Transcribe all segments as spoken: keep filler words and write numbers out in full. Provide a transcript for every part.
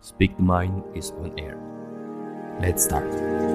Speak the Mind is on air. Let's start.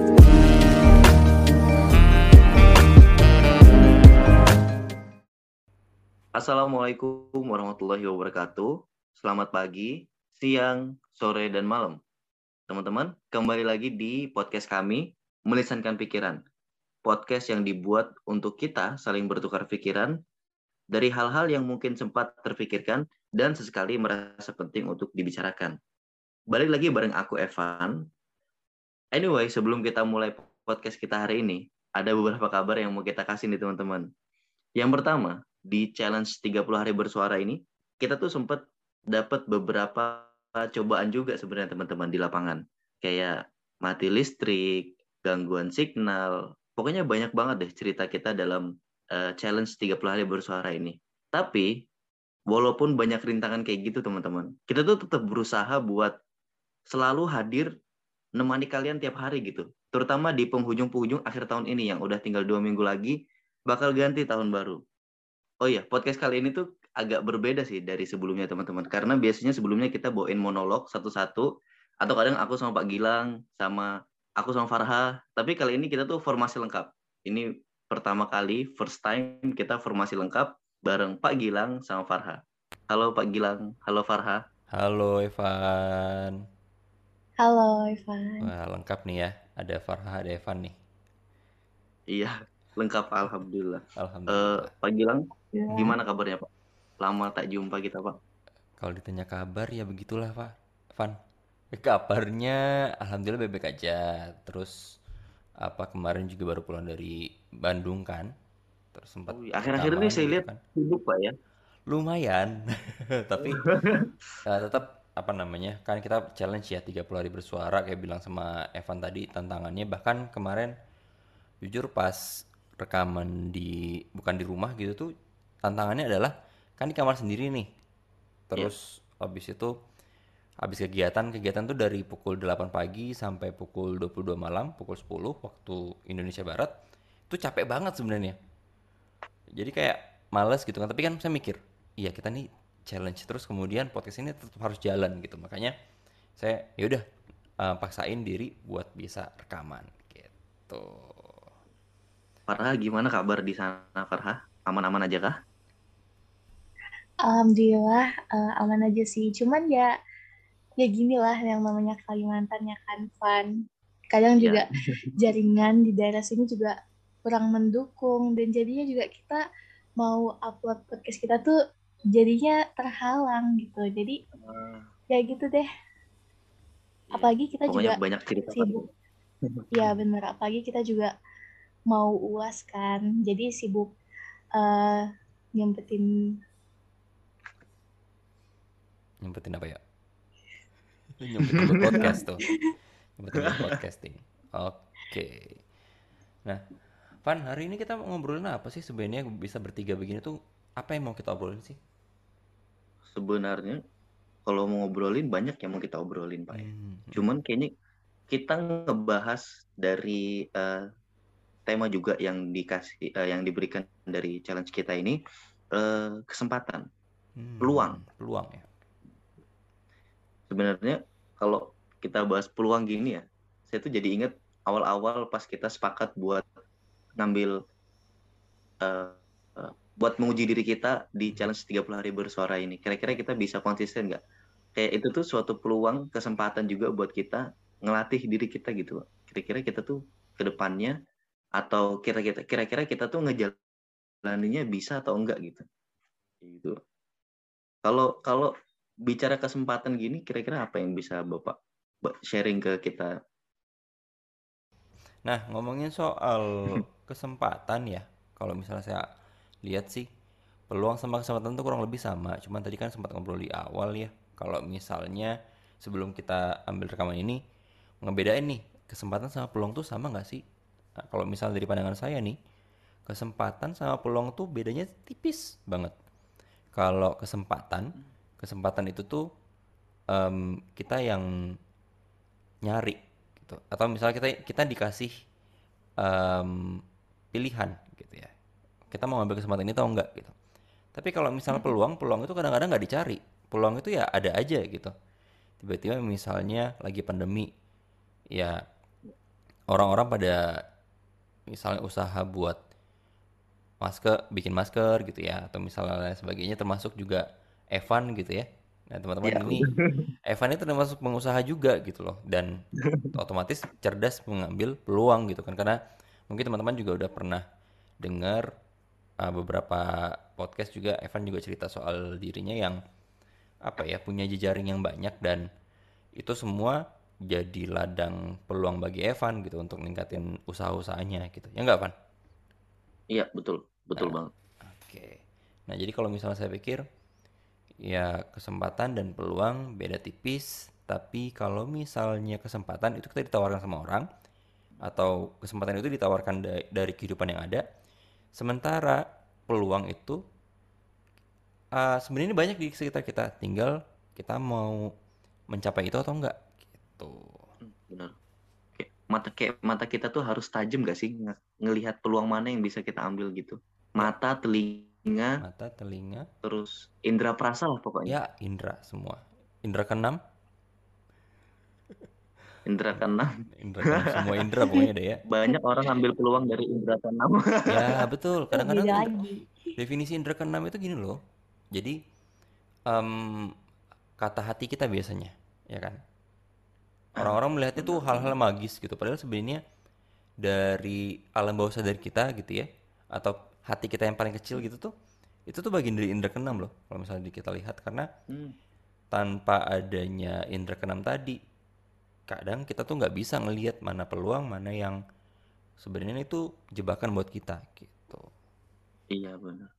Assalamualaikum warahmatullahi wabarakatuh. Selamat pagi, siang, sore, dan malam. Teman-teman, kembali lagi di podcast kami, Melisankan Pikiran. Podcast yang dibuat untuk kita saling bertukar pikiran dari hal-hal yang mungkin sempat terpikirkan dan sesekali merasa penting untuk dibicarakan. Balik lagi bareng aku, Evan. Anyway, sebelum kita mulai podcast kita hari ini, ada beberapa kabar yang mau kita kasih nih teman-teman. Yang pertama, di challenge tiga puluh hari bersuara ini, kita tuh sempat dapat beberapa cobaan juga sebenarnya teman-teman di lapangan. Kayak mati listrik, gangguan signal, pokoknya banyak banget deh cerita kita dalam uh, challenge tiga puluh hari bersuara ini. Tapi, walaupun banyak rintangan kayak gitu teman-teman, kita tuh tetap berusaha buat selalu hadir nemani kalian tiap hari gitu. Terutama di penghujung-penghujung akhir tahun ini yang udah tinggal dua minggu lagi, bakal ganti tahun baru. Oh iya, podcast kali ini tuh agak berbeda sih dari sebelumnya teman-teman. Karena biasanya sebelumnya kita bawain monolog satu-satu. Atau kadang aku sama Pak Gilang, sama aku sama Farha. Tapi kali ini kita tuh formasi lengkap. Ini pertama kali, first time kita formasi lengkap bareng Pak Gilang sama Farha. Halo Pak Gilang, halo Farha. Halo Evan. Halo Ivan. Wah, lengkap nih ya. Ada Farha, ada Evan nih. Iya, lengkap Alhamdulillah. Uh, Alhamdulillah. Pak Gilang, Ya. gimana kabarnya Pak? Lama tak jumpa kita Pak. Kalau ditanya kabar ya begitulah Pak. Evan. Eh, kabarnya Alhamdulillah baik-baik aja. Terus apa kemarin juga baru pulang dari Bandung kan. Terus sempat Oh, iya. Akhir-akhir ini rekaman saya gitu lihat kan. sibuk Pak ya. Lumayan. Tapi ya, tetap apa namanya, kan kita challenge ya tiga puluh hari bersuara kayak bilang sama Evan tadi tantangannya. Bahkan kemarin jujur pas rekaman di bukan di rumah gitu tuh, tantangannya adalah kan di kamar sendiri nih. Ya. Terus habis itu habis kegiatan kegiatan tuh dari pukul delapan pagi sampai pukul dua puluh dua malam, pukul sepuluh waktu Indonesia Barat. Itu capek banget sebenarnya. Jadi kayak males gitu kan. Tapi kan saya mikir, iya kita nih challenge terus kemudian podcast ini tetap harus jalan gitu. Makanya saya yaudah uh, paksain diri buat bisa rekaman gitu. Farha, gimana kabar di sana Farha? Aman-aman aja kah? Alhamdulillah uh, aman aja sih. Cuman ya ya gini lah yang namanya Kalimantan ya kan, Van. Kadang Iya. juga jaringan di daerah sini juga kurang mendukung dan jadinya juga kita mau upload podcast kita tuh jadinya terhalang gitu. Jadi Uh, ya gitu deh. iya. Apalagi kita Pokoknya juga banyak cerita Farha. sibuk. Ya bener, apalagi kita juga mau U A S kan. Jadi sibuk uh, nyempetin Nyempetin apa ya? Nyempetin buat podcast tuh. Nyempetin buat podcasting. Oke. Nah, Van, hari ini kita mau ngobrolin apa sih sebenarnya bisa bertiga begini tuh? Apa yang mau kita obrolin sih? Sebenarnya kalau mau ngobrolin banyak yang mau kita obrolin Pak ya. Hmm, hmm. Cuman kayaknya kita ngebahas dari uh, tema juga yang dikasih uh, yang diberikan dari challenge kita ini, uh, kesempatan, Hmm, peluang. peluang ya. Sebenarnya kalau kita bahas peluang gini ya, saya tuh jadi inget awal-awal pas kita sepakat buat ngambil uh, uh, buat menguji diri kita di challenge tiga puluh hari bersuara ini. Kira-kira kita bisa konsisten nggak? Kayak itu tuh suatu peluang, kesempatan juga buat kita ngelatih diri kita gitu. Kira-kira kita tuh ke depannya atau kira-kira kira-kira kita tuh ngejalaninnya bisa atau enggak gitu. Gitu. Kalau kalau bicara kesempatan gini, kira-kira apa yang bisa Bapak sharing ke kita? Nah, ngomongin soal kesempatan ya, kalau misalnya saya lihat sih, peluang sama kesempatan tuh kurang lebih sama. Cuman tadi kan sempat ngobrol di awal ya, kalau misalnya sebelum kita ambil rekaman ini, ngebedain nih, kesempatan sama peluang tuh sama nggak sih? Nah, kalau misalnya dari pandangan saya nih, kesempatan sama peluang tuh bedanya tipis banget. Kalau kesempatan, kesempatan itu tuh em, kita yang nyari gitu. Atau misalnya kita kita dikasih em, pilihan gitu ya. Kita mau ngambil kesempatan ini atau enggak gitu. Tapi kalau misalnya peluang, peluang itu kadang-kadang nggak dicari. Peluang itu ya ada aja gitu. tiba-tiba misalnya lagi pandemi, ya orang-orang pada misalnya usaha buat masker, bikin masker gitu ya, atau misalnya lain sebagainya, termasuk juga Evan gitu ya. Nah teman-teman Ya, ini, Evan itu termasuk pengusaha juga gitu loh, dan otomatis cerdas mengambil peluang gitu kan, karena mungkin teman-teman juga udah pernah dengar uh, beberapa podcast juga, Evan juga cerita soal dirinya yang apa ya, punya jejaring yang banyak, dan itu semua jadi ladang peluang bagi Evan gitu untuk ningkatin usaha-usahanya gitu. Ya nggak, Van? iya betul, betul Nah, banget. oke. Nah, jadi kalau misalnya saya pikir ya kesempatan dan peluang beda tipis, tapi kalau misalnya kesempatan itu kita ditawarkan sama orang atau kesempatan itu ditawarkan da- dari kehidupan yang ada, sementara peluang itu uh, sebenarnya banyak di sekitar kita, tinggal kita mau mencapai itu atau enggak gitu. Hmm, benar. Kayak mata kayak mata kita tuh harus tajam gak sih nge- ngelihat peluang mana yang bisa kita ambil gitu. Ya, Mata, telinga, mata, telinga, terus indera perasa lah pokoknya. ya indera semua. Indera keenam, Indera keenam. indera keenam semua indera pokoknya deh ya. Banyak orang ambil peluang dari indera keenam. Ya, betul. Itu Kadang-kadang beda tuh indera- lagi. definisi indera keenam itu gini loh. Jadi em, kata hati kita biasanya, ya kan? Ah, Orang-orang melihatnya tuh benar, hal-hal benar. magis gitu. Padahal sebenarnya dari alam bawah sadar kita gitu ya, atau hati kita yang paling kecil gitu tuh, itu tuh bagian dari indera keenam loh. Kalau misalnya kita lihat, karena Hmm, tanpa adanya indera keenam tadi, kadang kita tuh nggak bisa ngelihat mana peluang, mana yang sebenarnya itu jebakan buat kita gitu. iya benar.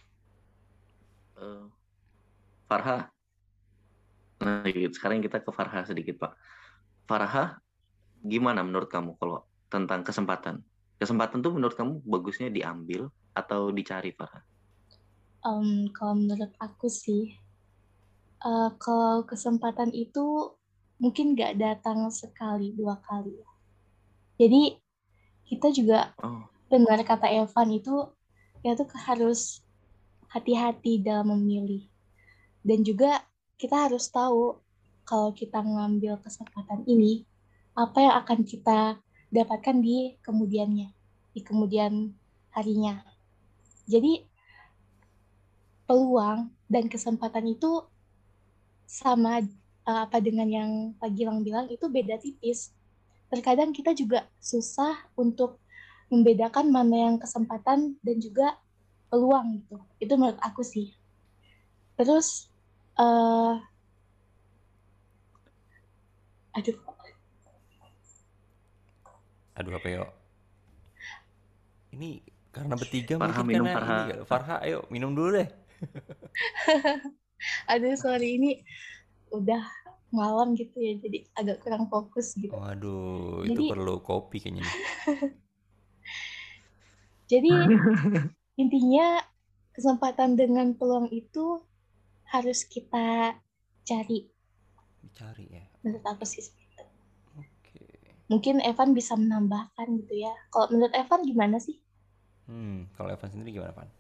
Eh, Farha, nah, gitu. Sekarang kita ke Farha sedikit Pak. Farha, gimana menurut kamu kalau tentang kesempatan? Kesempatan tuh menurut kamu bagusnya diambil atau dicari, Farha? Em, kalau menurut aku sih, eh, kalau kesempatan itu mungkin nggak datang sekali dua kali. Jadi kita juga Oh, dengar kata Evan itu, ya tuh harus hati-hati dalam memilih. Dan juga kita harus tahu kalau kita ngambil kesempatan ini, apa yang akan kita dapatkan di kemudiannya, di kemudian harinya. Jadi peluang dan kesempatan itu sama uh, apa dengan yang Pak Gilang bilang itu beda tipis. Terkadang kita juga susah untuk membedakan mana yang kesempatan dan juga peluang gitu. Itu menurut aku sih. Terus, uh, aduh, Aduh apa yo? Ini karena bertiga Farha mungkin, minum karena ini Farha. gak? Farha, ayo minum dulu deh. aduh sorry ini udah malam gitu ya, jadi agak kurang fokus gitu. Waduh, itu Jadi, perlu kopi kayaknya nih. jadi intinya kesempatan dengan peluang itu harus kita cari. Dicari ya. Menurut aku sih. Oke. Mungkin Evan bisa menambahkan gitu ya. Kalau menurut Evan gimana sih? Hmm, kalau Evan sendiri gimana, Van?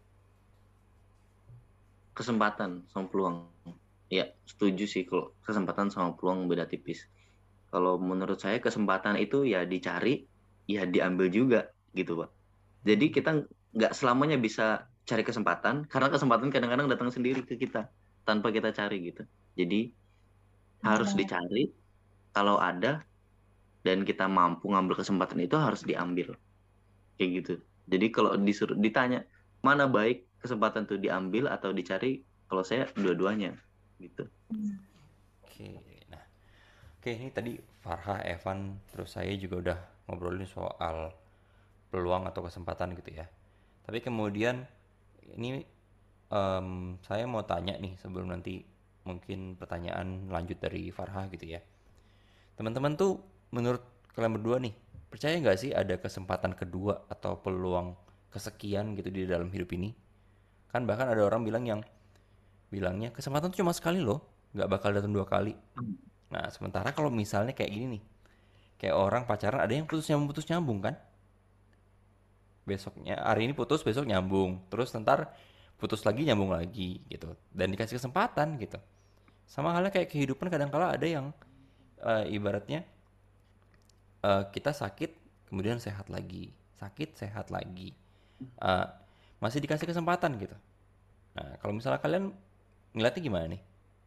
Kesempatan sama peluang. Ya, setuju sih kalau kesempatan sama peluang beda tipis. Kalau menurut saya kesempatan itu ya dicari, ya diambil juga gitu, Pak. Jadi kita nggak selamanya bisa cari kesempatan, karena kesempatan kadang-kadang datang sendiri ke kita tanpa kita cari gitu. Jadi Benar harus banget. dicari, kalau ada dan kita mampu ngambil kesempatan itu harus diambil. Kayak gitu. Jadi kalau disuruh ditanya mana baik kesempatan tuh diambil atau dicari, kalau saya dua-duanya gitu. Oke, nah, oke ini tadi Farha, Evan, terus saya juga udah ngobrolin soal peluang atau kesempatan gitu ya. Tapi kemudian ini em, saya mau tanya nih sebelum nanti mungkin pertanyaan lanjut dari Farha gitu ya. Teman-teman tuh menurut kalian berdua nih, percaya nggak sih ada kesempatan kedua atau peluang kesekian gitu di dalam hidup ini? Kan bahkan ada orang bilang yang bilangnya kesempatan tuh cuma sekali loh, nggak bakal datang dua kali. Nah, sementara kalau misalnya kayak gini nih, kayak orang pacaran ada yang putus nyambung putus nyambung kan? Besoknya hari ini putus, besok nyambung, terus ntar putus lagi nyambung lagi gitu, dan dikasih kesempatan gitu. Sama halnya kayak kehidupan, kadang-kala ada yang eh, ibaratnya eh, kita sakit kemudian sehat lagi, sakit sehat lagi. Eh, Masih dikasih kesempatan gitu. Nah, kalau misalnya kalian ngeliatnya gimana nih?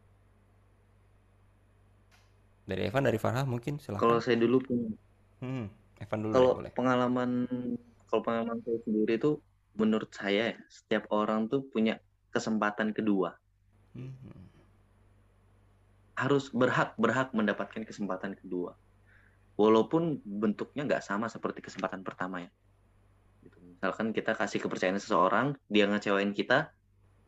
Dari Evan, dari Farha mungkin Kalau silahkan. saya dulu punya, Hmm, Evan dulu deh kalau boleh. pengalaman kalau pengalaman saya sendiri itu menurut saya ya, setiap orang tuh punya kesempatan kedua. Hmm. Harus berhak berhak mendapatkan kesempatan kedua. Walaupun bentuknya nggak sama seperti kesempatan pertama ya. Gitu. Misalkan kita kasih kepercayaan seseorang, dia ngecewain kita,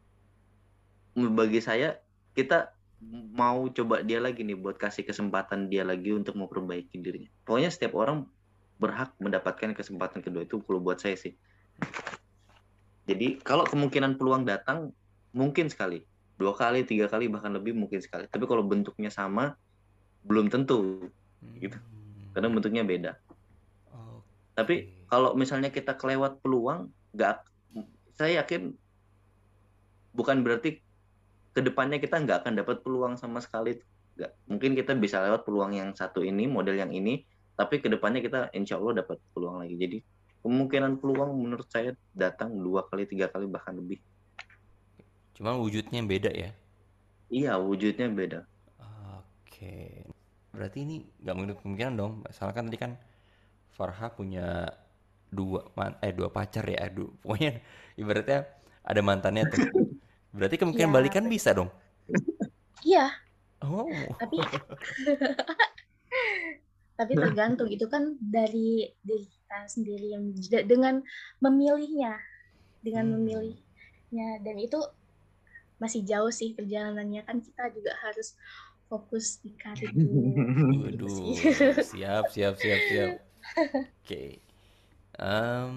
bagi saya kita mau coba dia lagi nih buat kasih kesempatan dia lagi untuk memperbaiki dirinya. Pokoknya setiap orang berhak mendapatkan kesempatan kedua, itu kalau buat saya sih. Jadi kalau kemungkinan peluang datang mungkin sekali, dua kali, tiga kali, bahkan lebih mungkin sekali. Tapi kalau bentuknya sama belum tentu gitu. Karena Hmm. bentuknya beda. Oke. Tapi kalau misalnya kita kelewat peluang, nggak, saya yakin bukan berarti kedepannya kita nggak akan dapat peluang sama sekali. Nggak. Mungkin kita bisa lewat peluang yang satu ini, model yang ini, tapi kedepannya kita insya Allah dapat peluang lagi. Jadi kemungkinan peluang menurut saya datang dua kali, tiga kali, bahkan lebih. Cuma wujudnya yang beda ya. Iya, wujudnya beda. Oke. Berarti ini nggak menutup kemungkinan dong. Misalkan tadi kan Farha punya dua man eh dua pacar ya, aduh. Pokoknya ibaratnya ada mantannya tuh. Berarti kemungkinan Iya, balikan bisa dong. iya, Oh. tapi tapi tergantung itu kan dari diri kita sendiri yang de- dengan memilihnya, dengan Hmm. memilihnya dan itu masih jauh sih perjalanannya, kan kita juga harus fokus di karir dulu gitu sih. Waduh, siap, siap, siap, siap. Oke. Em,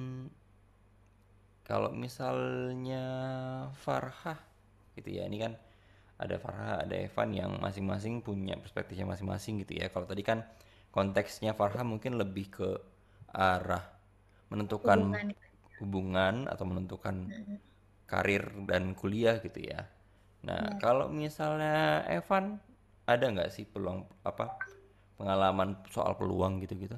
Kalau misalnya Farha gitu ya, ini kan ada Farha, ada Evan yang masing-masing punya perspektifnya masing-masing gitu ya. Kalau tadi kan konteksnya Farha mungkin lebih ke arah menentukan Hubungan. hubungan atau menentukan Mm, karir dan kuliah gitu ya. Nah, benar. kalau misalnya Evan, ada nggak sih peluang apa pengalaman soal peluang gitu-gitu?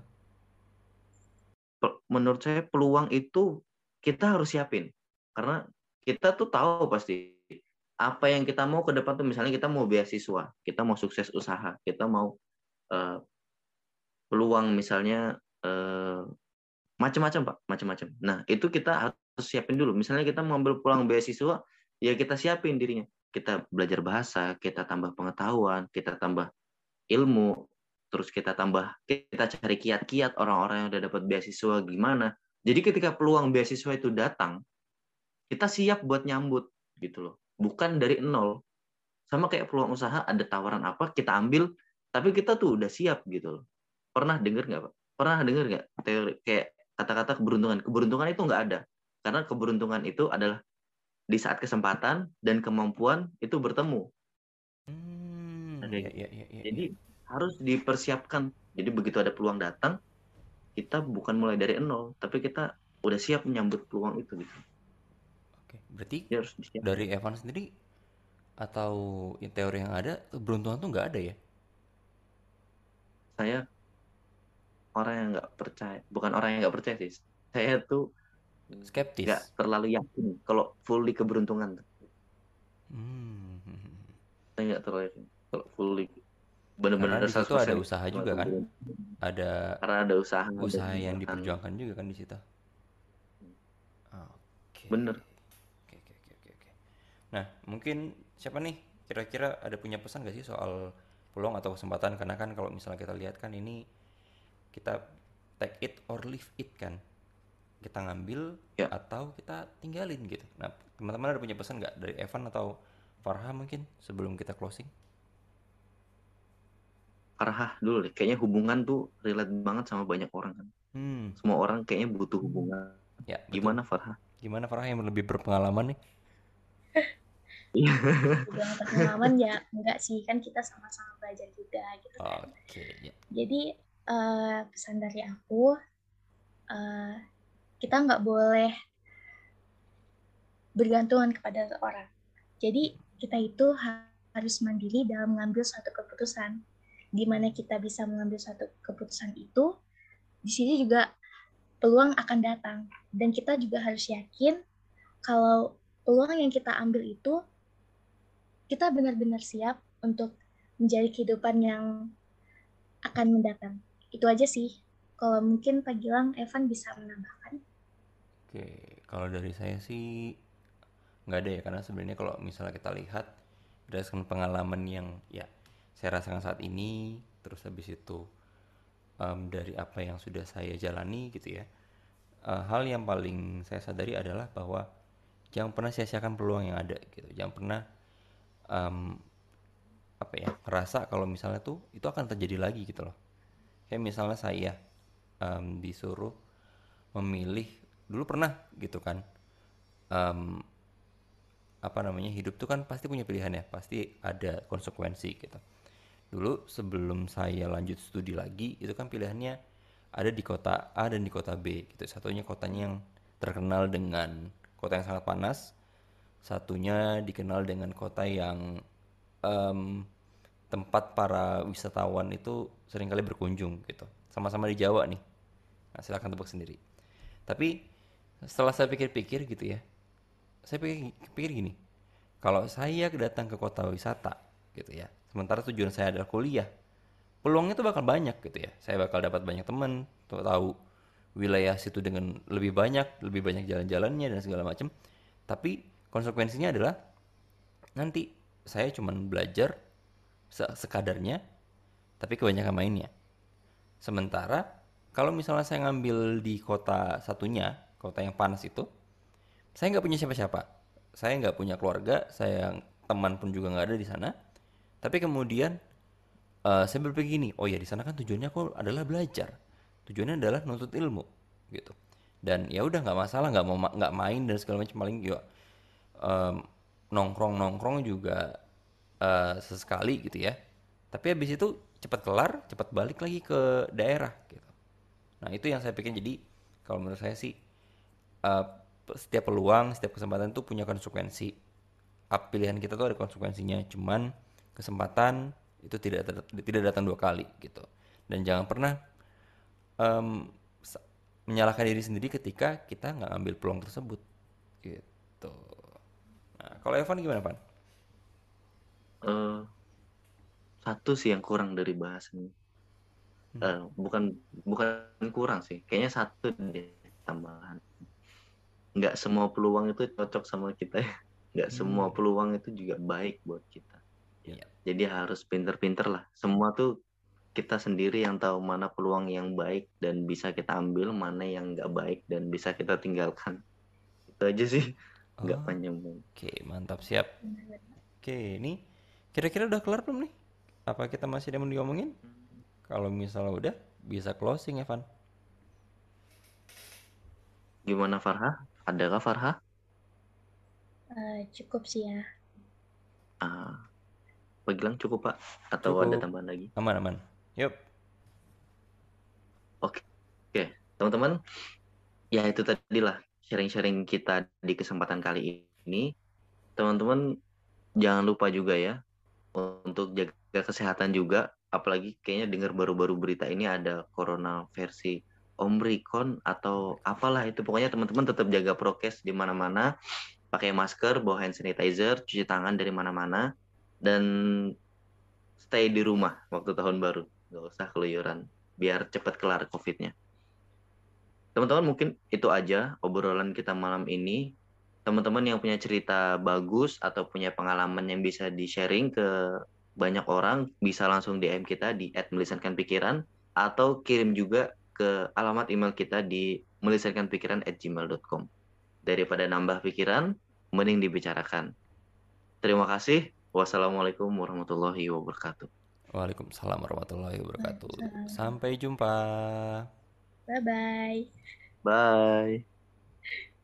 Pe- Menurut saya peluang itu kita harus siapin. Karena kita tuh tahu pasti apa yang kita mau ke depan tuh, misalnya kita mau beasiswa, kita mau sukses usaha, kita mau eh, peluang misalnya eh, macam-macam Pak, macam-macam. Nah, itu kita harus siapin dulu. Misalnya kita mau ambil peluang beasiswa, ya kita siapin dirinya. Kita belajar bahasa, kita tambah pengetahuan, kita tambah ilmu, terus kita tambah, kita cari kiat-kiat orang-orang yang udah dapat beasiswa gimana. Jadi ketika peluang beasiswa itu datang, kita siap buat nyambut gitu loh. Bukan dari nol. Sama kayak peluang usaha, ada tawaran apa, kita ambil, tapi kita tuh udah siap gitu loh. Pernah dengar nggak Pak? Pernah dengar nggak teori kayak kata-kata keberuntungan? Keberuntungan itu nggak ada. Karena keberuntungan itu adalah di saat kesempatan dan kemampuan itu bertemu. Hmm, Nah, ya, kayak gitu. ya, ya, ya, Jadi ya. harus dipersiapkan. Jadi begitu ada peluang datang, kita bukan mulai dari nol, tapi kita udah siap menyambut peluang itu gitu. Oke, berarti Dia harus disiapkan. dari Evan sendiri atau in teori yang ada keberuntungan tuh nggak ada ya? Saya orang yang nggak percaya, bukan orang yang nggak percaya sih. Saya tuh nggak Skeptis. terlalu yakin kalau fully keberuntungan. Hmm. Saya nggak terlalu yakin kalau fully Karena benar-benar di situ seratus ada persen usaha cuma juga kan? keberuntungan. Ada Karena ada usaha, ada usaha yang kesempatan. diperjuangkan juga kan di situ. Oke. Bener. Oke, oke, oke, oke, oke. Nah, mungkin siapa nih kira-kira ada punya pesan gak sih soal peluang atau kesempatan? Karena kan kalau misalnya kita lihat kan ini kita take it or leave it kan. Kita ngambil Ya, atau kita tinggalin gitu. Nah, teman-teman ada punya pesan nggak dari Evan atau Farha mungkin sebelum kita closing? Farhah dulu deh. Kayaknya hubungan tuh relate banget sama banyak orang kan. Hmm, Semua orang kayaknya butuh hubungan. ya betul. Gimana Farhah? Gimana Farha yang lebih berpengalaman nih? Dibilang pengalaman ya enggak sih, kan kita sama-sama belajar juga gitu kan. Oke, ya. Jadi eh, pesan dari aku, eh, kita nggak boleh bergantungan kepada orang. Jadi kita itu harus mandiri dalam mengambil suatu keputusan. Di mana kita bisa mengambil suatu keputusan itu, di sini juga peluang akan datang. Dan kita juga harus yakin kalau peluang yang kita ambil itu, kita benar-benar siap untuk menjadi kehidupan yang akan mendatang. Itu aja sih. Kalau mungkin Pak Gilang, Evan bisa menambahkan. Oke, kalau dari saya sih nggak ada ya, karena sebenarnya kalau misalnya kita lihat berdasarkan pengalaman yang ya saya rasakan saat ini, terus habis itu em, dari apa yang sudah saya jalani gitu ya, eh, hal yang paling saya sadari adalah bahwa jangan pernah sia-siakan peluang yang ada gitu, jangan pernah em, apa ya ngerasa kalau misalnya tuh itu akan terjadi lagi gitu loh. Kayak misalnya saya em, disuruh memilih dulu pernah gitu kan, em, apa namanya, hidup tuh kan pasti punya pilihan ya, pasti ada konsekuensi gitu. Dulu sebelum saya lanjut studi lagi itu kan pilihannya ada di kota A dan di kota B gitu. Satunya kotanya yang terkenal dengan kota yang sangat panas, satunya dikenal dengan kota yang em, tempat para wisatawan itu seringkali berkunjung gitu. Sama-sama di Jawa nih. Nah, silakan tebak sendiri. Tapi setelah saya pikir-pikir gitu ya, saya pikir, pikir gini, kalau saya datang ke kota wisata gitu ya, sementara tujuan saya adalah kuliah, peluangnya tuh bakal banyak gitu ya. Saya bakal dapat banyak teman, tuh tahu wilayah situ dengan lebih banyak, lebih banyak jalan-jalannya dan segala macam. Tapi konsekuensinya adalah nanti saya cuman belajar sekadarnya, tapi kebanyakan mainnya. Sementara kalau misalnya saya ngambil di kota satunya, kota yang panas itu, saya nggak punya siapa-siapa, saya nggak punya keluarga, saya teman pun juga nggak ada di sana. Tapi kemudian eh, saya berpikir gini, oh ya di sana kan tujuannya aku adalah belajar, tujuannya adalah nuntut ilmu gitu. Dan ya udah nggak masalah, nggak mau nggak main dan segala macam, paling juga nongkrong nongkrong juga eh, sesekali gitu ya. Tapi habis itu cepat kelar, cepat balik lagi ke daerah gitu. Nah itu yang saya pikir. Jadi kalau menurut saya sih eh, setiap peluang, setiap kesempatan itu punya konsekuensi. Up, pilihan kita tuh ada konsekuensinya. Cuman kesempatan itu tidak tidak datang dua kali gitu. Dan jangan pernah em, menyalahkan diri sendiri ketika kita nggak ambil peluang tersebut gitu. Nah kalau Evan gimana, Pan? Eh, satu sih yang kurang dari bahasan. Hmm. Eh, bukan bukan kurang sih. Kayaknya satu deh tambahan. Nggak semua peluang itu cocok sama kita ya. Nggak semua Hmm. peluang itu juga baik buat kita. Iya. Jadi harus pinter-pinter lah. Semua tuh kita sendiri yang tahu mana peluang yang baik dan bisa kita ambil, mana yang nggak baik dan bisa kita tinggalkan. Itu aja sih. Nggak Oh, panjang banget. oke, mantap, siap. Oke, ini kira-kira udah kelar belum nih? Apa kita masih ada yang mau diomongin? Kalau misalnya udah, bisa closing, Evan. Gimana Farha? Adakah Farha? Uh, cukup sih ya. Ah, Pagilang cukup Pak? Atau Cukup. ada tambahan lagi? Aman-aman. Yup. Oke, oke, teman-teman. Ya itu tadilah sharing-sharing kita di kesempatan kali ini. Teman-teman jangan lupa juga ya untuk jaga kesehatan juga. Apalagi kayaknya dengar baru-baru berita ini ada corona versi Omicron atau apalah itu. Pokoknya teman-teman tetap jaga prokes di mana-mana. Pakai masker, bawa hand sanitizer, cuci tangan dari mana-mana. Dan stay di rumah waktu tahun baru. Nggak usah keluyuran. Biar cepat kelar COVID-nya. Teman-teman mungkin itu aja obrolan kita malam ini. Teman-teman yang punya cerita bagus atau punya pengalaman yang bisa di-sharing ke banyak orang, bisa langsung D M kita di et melisankanpikiran atau kirim juga ke alamat email kita di melisankanpikiran at gmail dot com. Daripada nambah pikiran, mending dibicarakan. Terima kasih. Wassalamualaikum warahmatullahi wabarakatuh. Waalaikumsalam warahmatullahi wabarakatuh. Waalaikumsalam. Sampai jumpa. Bye-bye. Bye.